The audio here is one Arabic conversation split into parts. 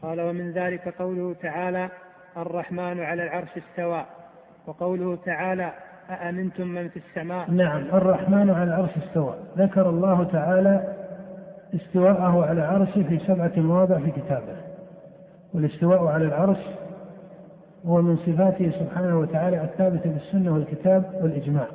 قال: ومن ذلك قوله تعالى: الرحمن على العرش استوى، وقوله تعالى: أأمنتم من في السماء. نعم، الرحمن على العرش استوى، ذكر الله تعالى استواءه على عرشه في 7 مواضع في كتابه، والاستواء على العرش هو من صفاته سبحانه وتعالى الثابتة بالسنة والكتاب والإجماع.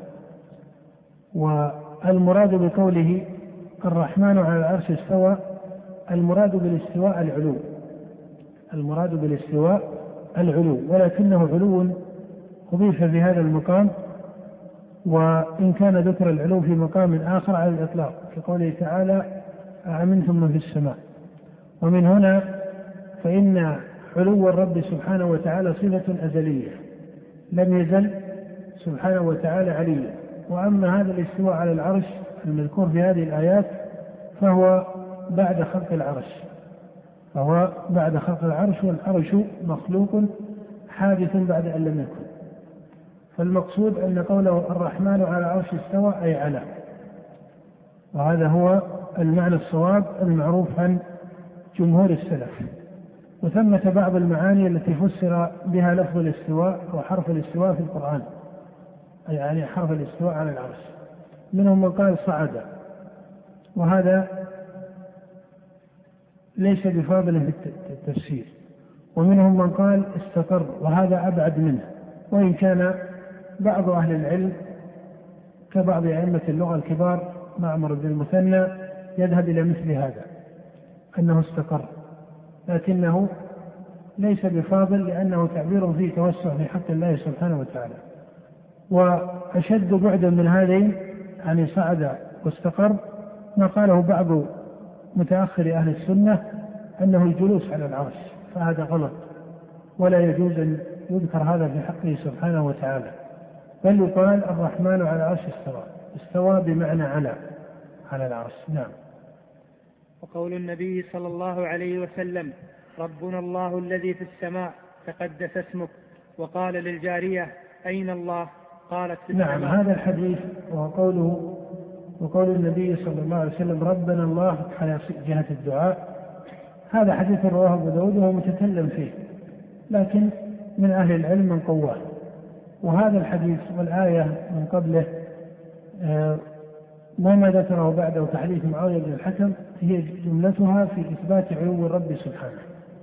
والمراد بقوله الرحمن على العرش استوى، المراد بالاستواء العلو، المراد بالاستواء العلو، ولكنه علو أضيف في هذا المقام، وإن كان ذكر العلو في مقام آخر على الإطلاق كقوله تعالى: أأمنتم من في السماء. ومن هنا فإن علو الرب سبحانه وتعالى صفة أزلية لم يزل سبحانه وتعالى عليا. وأما هذا الاستواء على العرش المذكور في هذه الآيات فهو بعد خلق العرش، فهو بعد خلق العرش، والعرش مخلوق حادث بعد أن لم يكن. فالمقصود أن قوله الرحمن على العرش استوى أي على، وهذا هو المعنى الصواب المعروف عن جمهور السلف. وثمة بعض المعاني التي فسر بها لفظ الاستواء وحرف الاستواء في القرآن، يعني حرف الاستواء على العرش. منهم من قال صعد، وهذا ليس بفاضل في التفسير. ومنهم من قال استقر، وهذا أبعد منه، وإن كان بعض أهل العلم كبعض أئمة اللغة الكبار معمر بن المثنى يذهب إلى مثل هذا، أنه استقر، لكنه ليس بفاضل لأنه تعبير فيه توسع في حق الله سبحانه وتعالى. وأشد بعدا من هذين يعني صعد واستقر ما قاله بعض متأخر أهل السنة أنه الجلوس على العرش، فهذا غلط، ولا يجوز أن يذكر هذا في حقه سبحانه وتعالى، بل يقال الرحمن على العرش استوى، استوى بمعنى على العرش. نعم. وقول النبي صلى الله عليه وسلم: ربنا الله الذي في السماء تقدس اسمك، وقال للجارية: أين الله؟ قالت: في السماء. نعم، هذا الحديث وقول النبي صلى الله عليه وسلم ربنا الله على جهة الدعاء، هذا حديث رواه أبو داود وهو متكلم فيه، لكن من أهل العلم من قواه. وهذا الحديث والآية من قبله وما ذكره بعده تحديث معاوية بن الحكم هي جملتها في إثبات علو الرب سبحانه.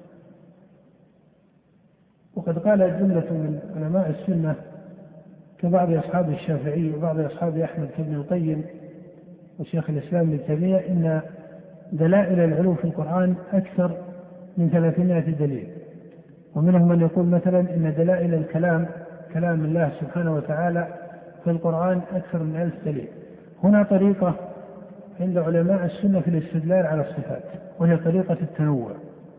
وقد قال جملة من علماء السنة كبعض أصحاب الشافعي وبعض أصحاب أحمد كابن القيم وشيخ الإسلام ابن تيمية إن دلائل العلو في القرآن أكثر من 300 دليل. ومنهم من يقول مثلا إن دلائل الكلام، كلام الله سبحانه وتعالى في القرآن أكثر من 1000 دليل. هنا طريقة عند علماء السنة في الاستدلال على الصفات، وهي طريقة التنوع.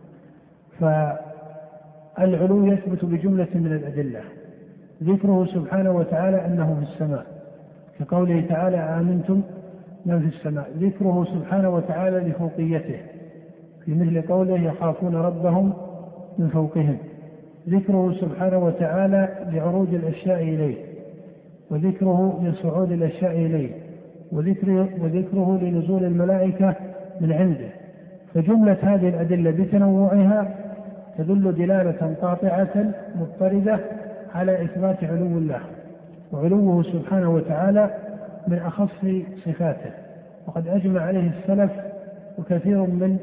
فالعلو يثبت بجملة من الأدلة، ذكره سبحانه وتعالى أنه في السماء كقوله تعالى: آمنتم من في السماء، ذكره سبحانه وتعالى لفوقيته في مثل قوله: يخافون ربهم من فوقهم، ذكره سبحانه وتعالى لعروج الأشياء إليه، وذكره لصعود الأشياء إليه، وذكره لنزول الملائكة من عنده. فجملة هذه الأدلة بتنوعها تدل دلالة قاطعة مضطردة على إثبات علو الله، وعلوه سبحانه وتعالى من أخص صفاته. وقد أجمع عليه السلف وكثير من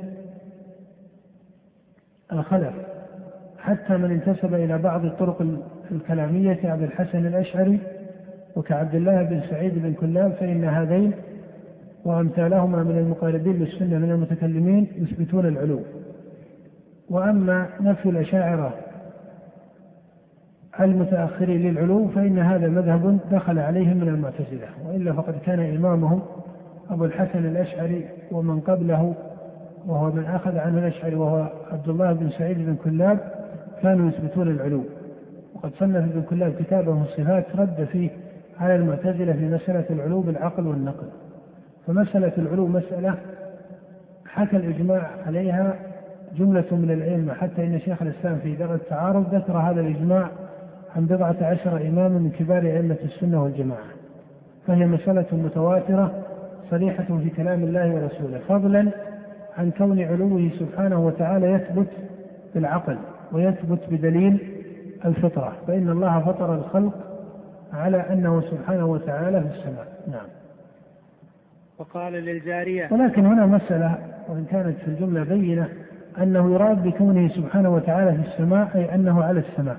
الخلف، حتى من انتسب إلى بعض الطرق الكلامية كأبي الحسن الأشعري وكعبد الله بن سعيد بن كلاب، فإن هذين وأمثالهما من المقاربين للسنة من المتكلمين يثبتون العلو. وأما نفي الأشاعرة المتأخرين للعلو فإن هذا مذهب دخل عليهم من المعتزلة، وإلا فقد كان إمامهم أبو الحسن الأشعري ومن قبله وهو من أخذ عنه الأشعري وهو عبد الله بن سعيد بن كلاب كانوا يثبتون العلو. وقد صنف ابن كلاب كتابه الصفات رد فيه على المعتزلة في مسألة العلو بالعقل والنقل. فمسألة العلو مسألة حكى الإجماع عليها جملة من العلم، حتى إن شيخ الإسلام في درء التعارض ذكر هذا الإجماع عن 14 إماما من كبار أئمة السنة والجماعة، فهي مسألة متواترة صريحة في كلام الله ورسوله، فضلا عن كون علوه سبحانه وتعالى يثبت بالعقل ويثبت بدليل الفطرة، فإن الله فطر الخلق على أنه سبحانه وتعالى في السماء. نعم. وقال للجارية. ولكن هنا مسألة، وإن كانت في الجملة بينة، أنه يراد بكونه سبحانه وتعالى في السماء أي أنه على السماء.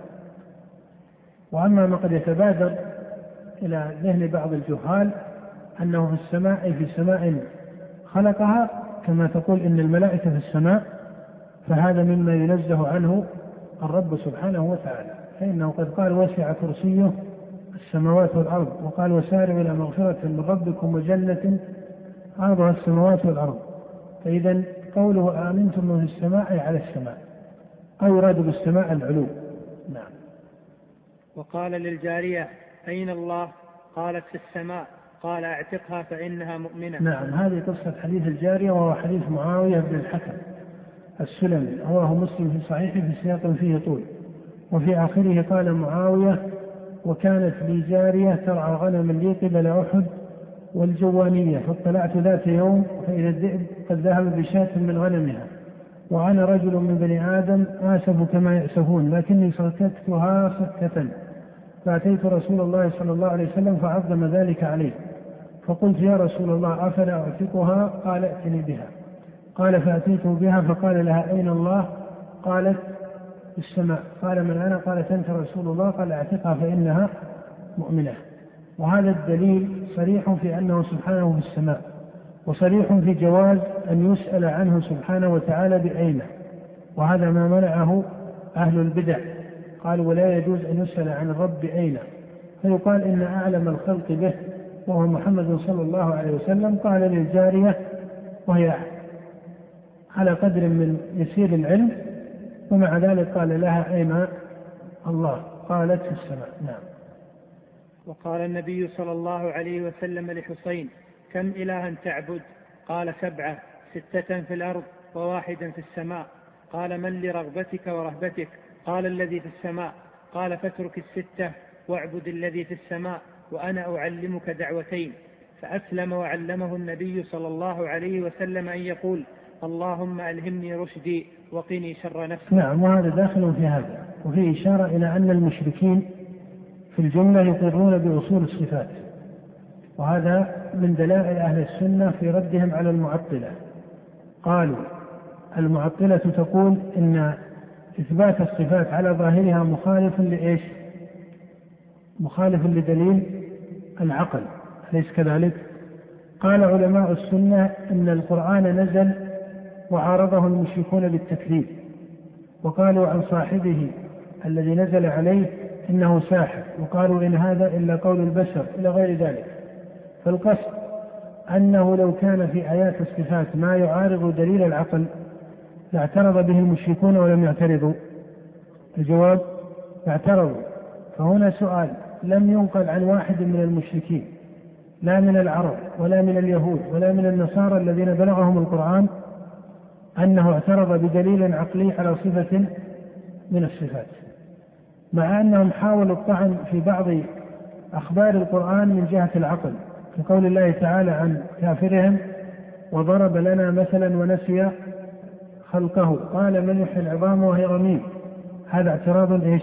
وأما ما قد يتبادر إلى ذهن بعض الجهال أنه في السماء أي في سماء خلقها، كما تقول إن الملائكة في السماء، فهذا مما ينزه عنه الرب سبحانه وتعالى، فإنه قد قال وسع كرسيه السماوات والأرض، وقال وسارعوا إلى مغفرة من ربكم وجنة عرضها السماوات والأرض. فإذا قوله آمنتم من السماء أي على السماء، أو يراد بالسماء العلو. نعم. وقال للجارية أين الله؟ قالت في السماء. قال اعتقها فإنها مؤمنة. نعم. هذه قصة حديث الجارية، وهو حديث معاوية بن الحكم السلمي، رواه مسلم في صحيحه في سياق فيه طول، وفي آخره قال معاوية وكانت لي جارية ترعى غنما لي قبل أحد والجوانية، فاطلعت ذات يوم فإذا الذئب قد ذهب بشاة من غنمها، وأنا رجل من بني آدم آسف كما يأسفون، لكني سكتها سكة، فأتيت رسول الله صلى الله عليه وسلم فعظم ذلك عليه، فقلت يا رسول الله أفلا أعتقها؟ قال ائتني بها. قال فأتيته بها فقال لها أين الله؟ قالت في السماء. قال من أنا؟ قالت أنت رسول الله. قال اعتقها فإنها مؤمنة. وهذا الدليل صريح في أنه سبحانه في السماء، وصريح في جواز أن يسأل عنه سبحانه وتعالى بأين، وهذا ما منعه أهل البدع، قالوا ولا يجوز أن يسأل عن الرب بأين، فيقال إن أعلم الخلق به وهو محمد صلى الله عليه وسلم قال للجارية وهي على قدر من يسير العلم، ومع ذلك قال لها أين الله؟ قالت في السماء. نعم. وقال النبي صلى الله عليه وسلم لحسين كم إلها تعبد؟ قال 7، 6 في الأرض و1 في السماء. قال من لرغبتك ورهبتك؟ قال الذي في السماء. قال فاترك 6 واعبد الذي في السماء وأنا أعلمك دعوتين. فأسلم وعلمه النبي صلى الله عليه وسلم أن يقول اللهم ألهمني رشدي وقني شر نفسي. نعم. وهذا داخل في هذا، وفيه إشارة إلى أن المشركين في الجملة يقرون بأصول الصفات، وهذا من دلائل أهل السنة في ردهم على المعطلة. قالوا المعطلة تقول إن إثبات الصفات على ظاهرها مخالف لإيش؟ مخالف لدليل العقل، أليس كذلك؟ قال علماء السنة إن القرآن نزل وعارضه المشركون بالتكذيب، وقالوا عن صاحبه الذي نزل عليه إنه ساحر، وقالوا إن هذا إلا قول البشر إلى غير ذلك. فالقصد أنه لو كان في آيات الصفات ما يعارض دليل العقل لاعترض به المشركون ولم يعترضوا. الجواب اعترضوا. فهنا سؤال لم ينقل عن واحد من المشركين، لا من العرب ولا من اليهود ولا من النصارى الذين بلغهم القرآن، أنه اعترض بدليل عقلي على صفة من الصفات، مع أنهم حاولوا الطعن في بعض أخبار القرآن من جهة العقل، في قول الله تعالى عن كافرهم وضرب لنا مثلا ونسي خلقه قال من يحيي العظام وهي رميم. هذا اعتراض ايش؟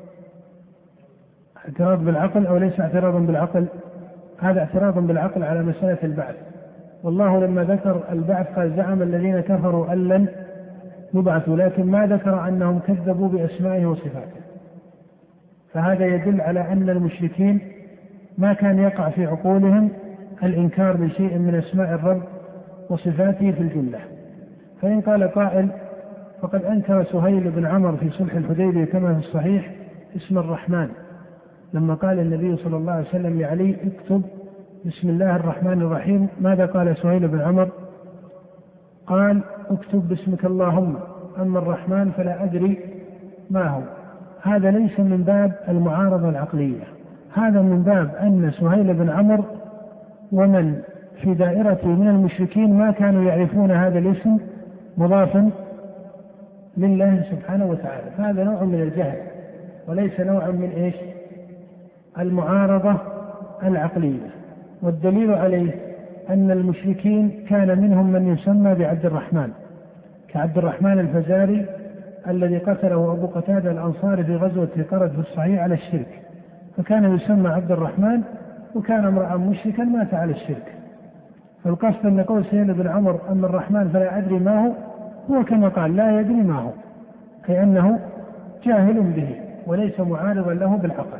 اعتراض بالعقل أو ليس اعتراضا بالعقل؟ هذا اعتراض بالعقل على مسألة البعث. والله لما ذكر البعث قال زعم الذين كفروا أن لن يبعثوا، لكن ما ذكر أنهم كذبوا بأسمائه وصفاته. فهذا يدل على أن المشركين ما كان يقع في عقولهم الإنكار بشيء من أسماء الرب وصفاته في الجملة. فإن قال قائل فقد أنكر سهيل بن عمرو في صلح الحديبية كما في الصحيح اسم الرحمن، لما قال النبي صلى الله عليه وسلم لعلي اكتب بسم الله الرحمن الرحيم، ماذا قال سهيل بن عمرو؟ قال اكتب باسمك اللهم، أما الرحمن فلا أدري ما هو. هذا ليس من باب المعارضة العقلية، هذا من باب أن سهيل بن عمرو ومن في دائرته من المشركين ما كانوا يعرفون هذا الاسم مضافا لله سبحانه وتعالى. هذا نوع من الجهل وليس نوعا من ايش؟ المعارضة العقلية. والدليل عليه أن المشركين كان منهم من يسمى بعبد الرحمن كعبد الرحمن الفزاري الذي قتله أبو قتادة الأنصاري في غزوة قرد في الصحيح على الشرك، فكان يسمى عبد الرحمن، وكان امرأ مشركا مات على الشرك. فالقصد أن قول سيدنا بن عمر أما الرحمن فلا أدري ما هو كما قال لا يدري ما هو، أي أنه جاهل به وليس معارضا له بالعقل.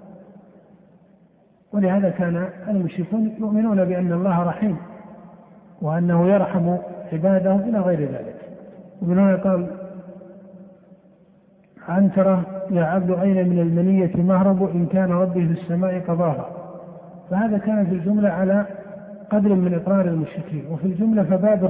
ولهذا كان المشركون يؤمنون بأن الله رحيم وأنه يرحم عباده إلى غير ذلك. ومن هنا قال عنترة يا عبد أين من المنية مهرب إن كان ربي في السماء قضاها. فهذا كان في الجملة على قدر من إقرار المشركين، وفي الجملة فباب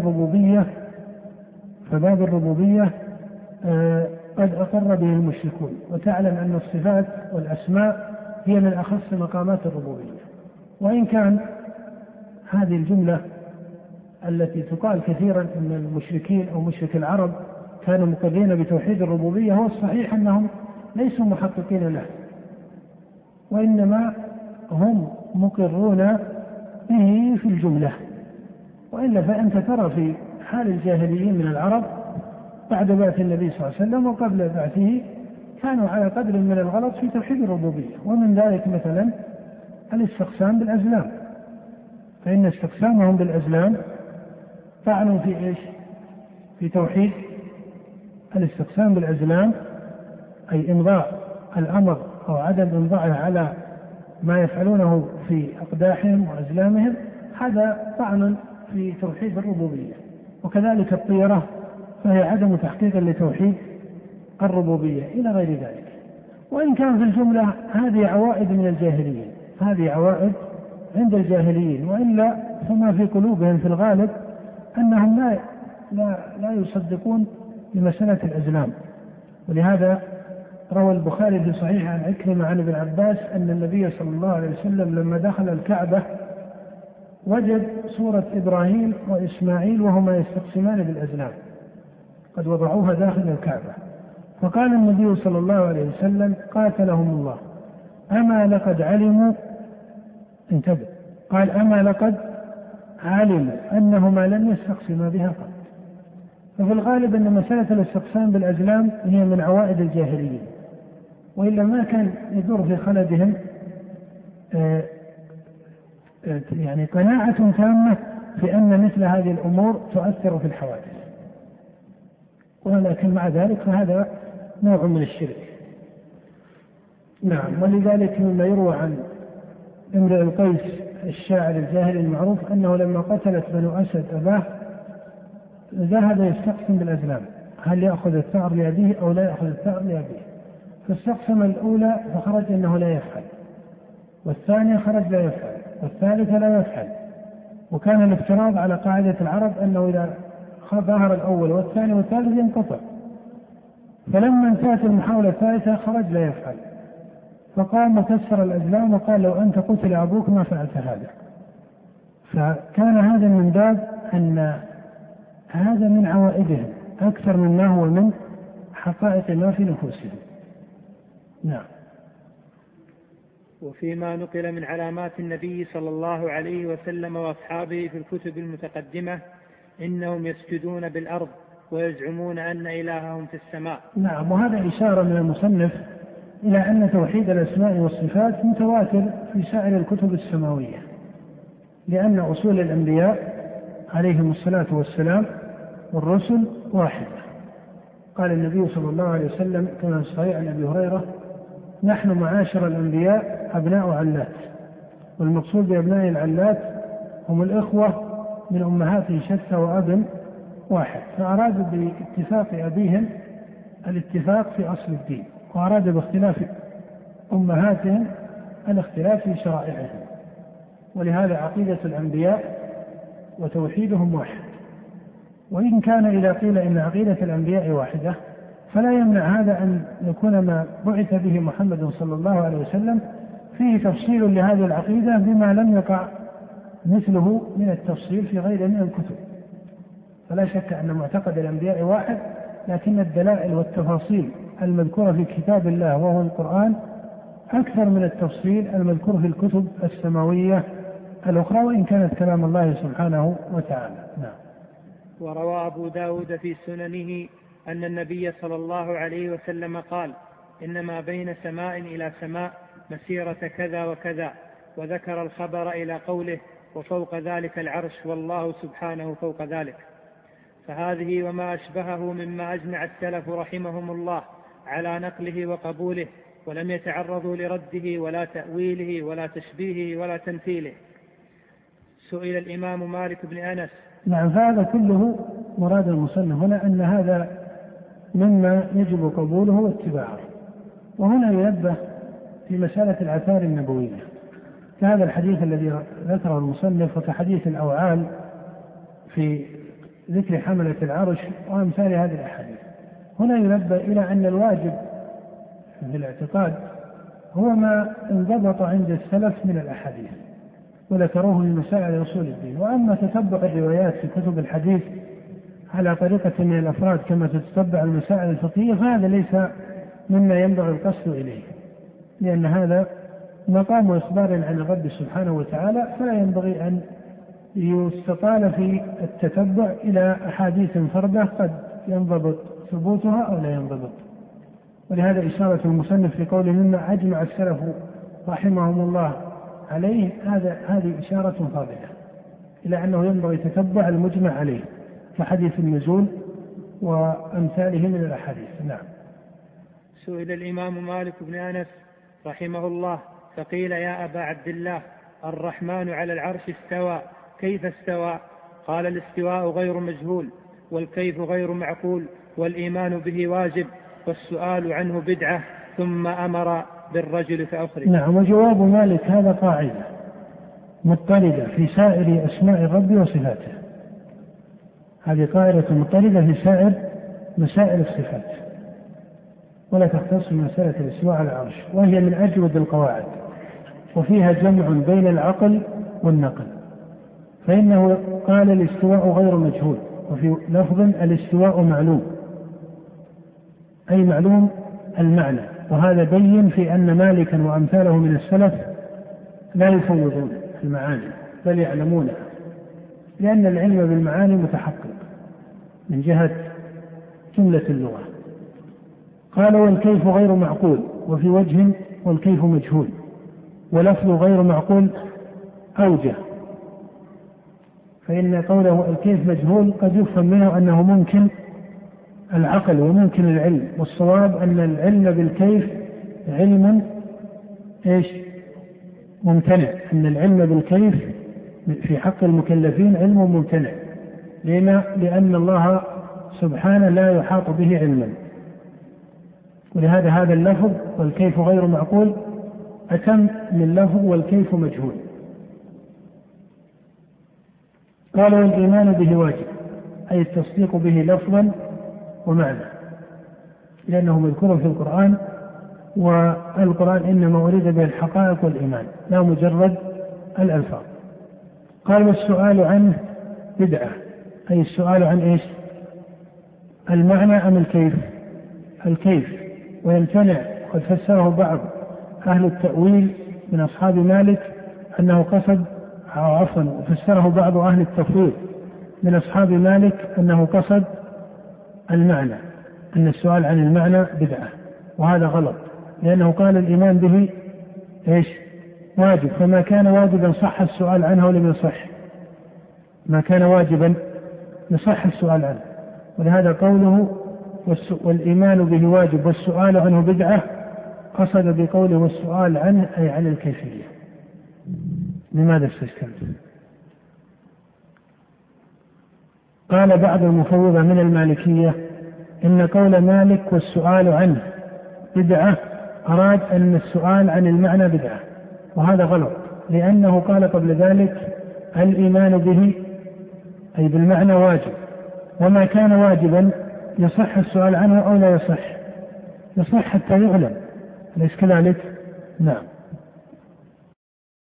الربوبية قد أقر به المشركون. وتعلم أن الصفات والأسماء هي من أخص مقامات الربوبية، وإن كان هذه الجملة التي تقال كثيرا أن المشركين أو مشرك العرب كانوا مقرين بتوحيد الربوبية، هو الصحيح أنهم ليسوا محققين له، وإنما هم مقرون به في الجملة. وإلا فأنت ترى في حال الجاهليين من العرب بعد بعث النبي صلى الله عليه وسلم وقبل بعثه كانوا على قدر من الغلط في توحيد الربوبية، ومن ذلك مثلا الاستقسام بالأزلام، فإن استقسامهم بالأزلام طعنوا في إيش؟ في توحيد الاستقسام بالأزلام، أي إمضاء الأمر أو عدم إمضاءه على ما يفعلونه في أقداحهم وأزلامهم، هذا طعن في توحيد الربوبية. وكذلك الطيرة فهي عدم تحقيق لتوحيد الربوبية إلى غير ذلك. وإن كان في الجملة هذه عوائد من الجاهليين، هذه عوائد عند الجاهليين، وإلا فما في قلوبهم في الغالب أنهم لا يصدقون بمسألة الأزلام. ولهذا روى البخاري في صحيح عن عكرمة عن ابن عباس أن النبي صلى الله عليه وسلم لما دخل الكعبة وجد صورة إبراهيم وإسماعيل وهما يستقسمان بالأزلام قد وضعوها داخل الكعبة، فقال النبي صلى الله عليه وسلم قاتلهم الله أما لقد علموا، انتبه، قال أما لقد علموا أنهما لم يستقسما بها قط. ففي الغالب أن مسألة الاستقسام بالأزلام هي من عوائد الجاهليين، وإلا ما كان يدور في خلدهم يعني قناعة تامة في أن مثل هذه الأمور تؤثر في الحوادث، ولكن مع ذلك فهذا نوع من الشرك. نعم. ولذلك مما يروى عن امرئ القيس الشاعر الجاهلي المعروف أنه لما قتلت بنو أسد أباه ذهب يستقسم بالأزلام هل يأخذ الثأر لأبيه أو لا يأخذ الثأر لأبيه، فاستقسم الأولى فخرج أنه لا يفعل، والثانية خرج لا يفعل، والثالثة لا يفعل. وكان الافتراض على قاعدة العرب أنه إذا ظهر الأول والثاني والثالث ينقطع، فلما انتهت المحاولة الثالثة خرج لا يفعل، فقام وكسر الأزلام وقال لو أنت قتل أبوك ما فعلت هذا. فكان هذا من باب أن هذا من عوائدهم أكثر مما هو من حقائق ما في نفوسهم. نعم. وفيما نقل من علامات النبي صلى الله عليه وسلم وأصحابه في الكتب المتقدمة إنهم يسجدون بالأرض ويزعمون أن إلههم في السماء. نعم. وهذا إشارة من المصنف إلى أن توحيد الأسماء والصفات متواتر في سائر الكتب السماوية، لأن أصول الأنبياء عليهم الصلاة والسلام والرسل واحدة. قال النبي صلى الله عليه وسلم كما في صحيح عن أبي هريرة نحن معاشر الأنبياء أبناء علات، والمقصود بأبناء العلات هم الإخوة من أمهات شتى وأب واحد، فأرادوا باتفاق أبيهم الاتفاق في أصل الدين، وأراد باختلاف أمهاتهم الاختلاف في شرائعهم. ولهذا عقيدة الأنبياء وتوحيدهم واحد، وإن كان إذا قيل إن عقيدة الأنبياء واحدة فلا يمنع هذا أن يكون ما بعث به محمد صلى الله عليه وسلم فيه تفصيل لهذه العقيدة بما لم يقع مثله من التفصيل في غير من الكتب. فلا شك أن معتقد الأنبياء واحد، لكن الدلائل والتفاصيل المذكورة في كتاب الله وهو القرآن أكثر من التفصيل المذكور في الكتب السماوية الأخرى، وإن كانت كلام الله سبحانه وتعالى. نعم. وروى أبو داود في سننه أن النبي صلى الله عليه وسلم قال: إنما بين سماء إلى سماء مسيرة كذا وكذا، وذكر الخبر إلى قوله: وفوق ذلك العرش والله سبحانه فوق ذلك. فهذه وما أشبهه مما أجمع السلف رحمهم الله على نقله وقبوله، ولم يتعرضوا لرده ولا تأويله ولا تشبيهه ولا تمثيله. سئل الإمام مالك بن أنس. نعم، فهذا كله مراد المصنف هنا أن هذا مما يجب قبوله واتباعه. وهنا ينبه في مسألة الآثار النبوية كهذا الحديث الذي ذكره المصنف، وكحديث الأوعال في ذكر حملة العرش وأمثال هذه الأحاديث. هنا ينبه إلى أن الواجب في الاعتقاد هو ما انضبط عند السلف من الأحاديث وذكروه من مسائل أصول الدين. وأما تتبع الروايات في كتب الحديث على طريقة من الأفراد كما تتبع المسائل الفقهية فهذا ليس مما ينبغي القصد إليه، لأن هذا مقام إخبار عن الرب سبحانه وتعالى، فلا ينبغي أن يستطال في التتبع إلى أحاديث فردة قد ينضبط ثبوتها أو لا ينضبط. ولهذا إشارة المصنف في قوله مما أجمع السلف رحمهم الله عليه، هذه إشارة فاضلة إلى أنه ينبغي تتبع المجمع عليه كحديث النزول وأمثاله من الأحاديث. نعم. سئل الإمام مالك بن أنس رحمه الله فقيل: يا أبا عبد الله، الرحمن على العرش استوى، كيف استوى؟ قال: الاستواء غير مجهول، والكيف غير معقول، والإيمان به واجب، والسؤال عنه بدعة، ثم أمر بالرجل فأخرج. نعم. وجواب مالك هذا قاعدة مضطردة في سائر أسماء الرب وصفاته، هذه قاعدة مضطردة في سائر مسائل الصفات، ولا تختص بمسألة الاستواء على العرش، وهي من أجود القواعد، وفيها جمع بين العقل والنقل. فإنه قال الاستواء غير مجهول، وفي لفظ الاستواء معلوم، أي معلوم المعنى. وهذا بين في أن مالكا وأمثاله من السلف لا يفوضون المعاني بل يعلمونها، لأن العلم بالمعاني متحقق من جهة جملة اللغة. قال: والكيف غير معقول، وفي وجه والكيف مجهول، ولفظ غير معقول أوجه، فإن قوله الكيف مجهول قد يفهم منه أنه ممكن العقل وممكن العلم، والصواب أن العلم بالكيف علم ممتنع، أن العلم بالكيف في حق المكلفين علم ممتنع، لأن الله سبحانه لا يحاط به علما. ولهذا هذا اللفظ والكيف غير معقول أتم من لفظ والكيف مجهول. قال: والإيمان به واجب، أي التصديق به لفظا ومعنى، لأنه مذكور في القرآن، والقرآن إنما أريد به الحقائق والإيمان لا مجرد الألفاظ. قال: والسؤال عنه بدعة، أي السؤال عن المعنى أم الكيف. ويمتنع، قد فسره بعض أهل التأويل من أصحاب مالك أنه قصد، فسره بعض أهل التفويض من أصحاب مالك أنه قصد المعنى، أن السؤال عن المعنى بدعة، وهذا غلط، لأنه قال الإيمان به واجب، فما كان واجبا صح السؤال عنه ولم يصح، ما كان واجبا يصح السؤال عنه. ولهذا قوله والإيمان به واجب والسؤال عنه بدعة قصد بقوله والسؤال عنه أي عن الكيفية. لماذا استشكلت؟ قال بعض المفوضة من المالكية إن قول مالك والسؤال عنه بدعة أراد أن السؤال عن المعنى بدعة، وهذا غلط، لأنه قال قبل ذلك الإيمان به أي بالمعنى واجب، وما كان واجبا يصح السؤال عنه أو لا يصح حتى يعلم، أليس كذلك؟ نعم.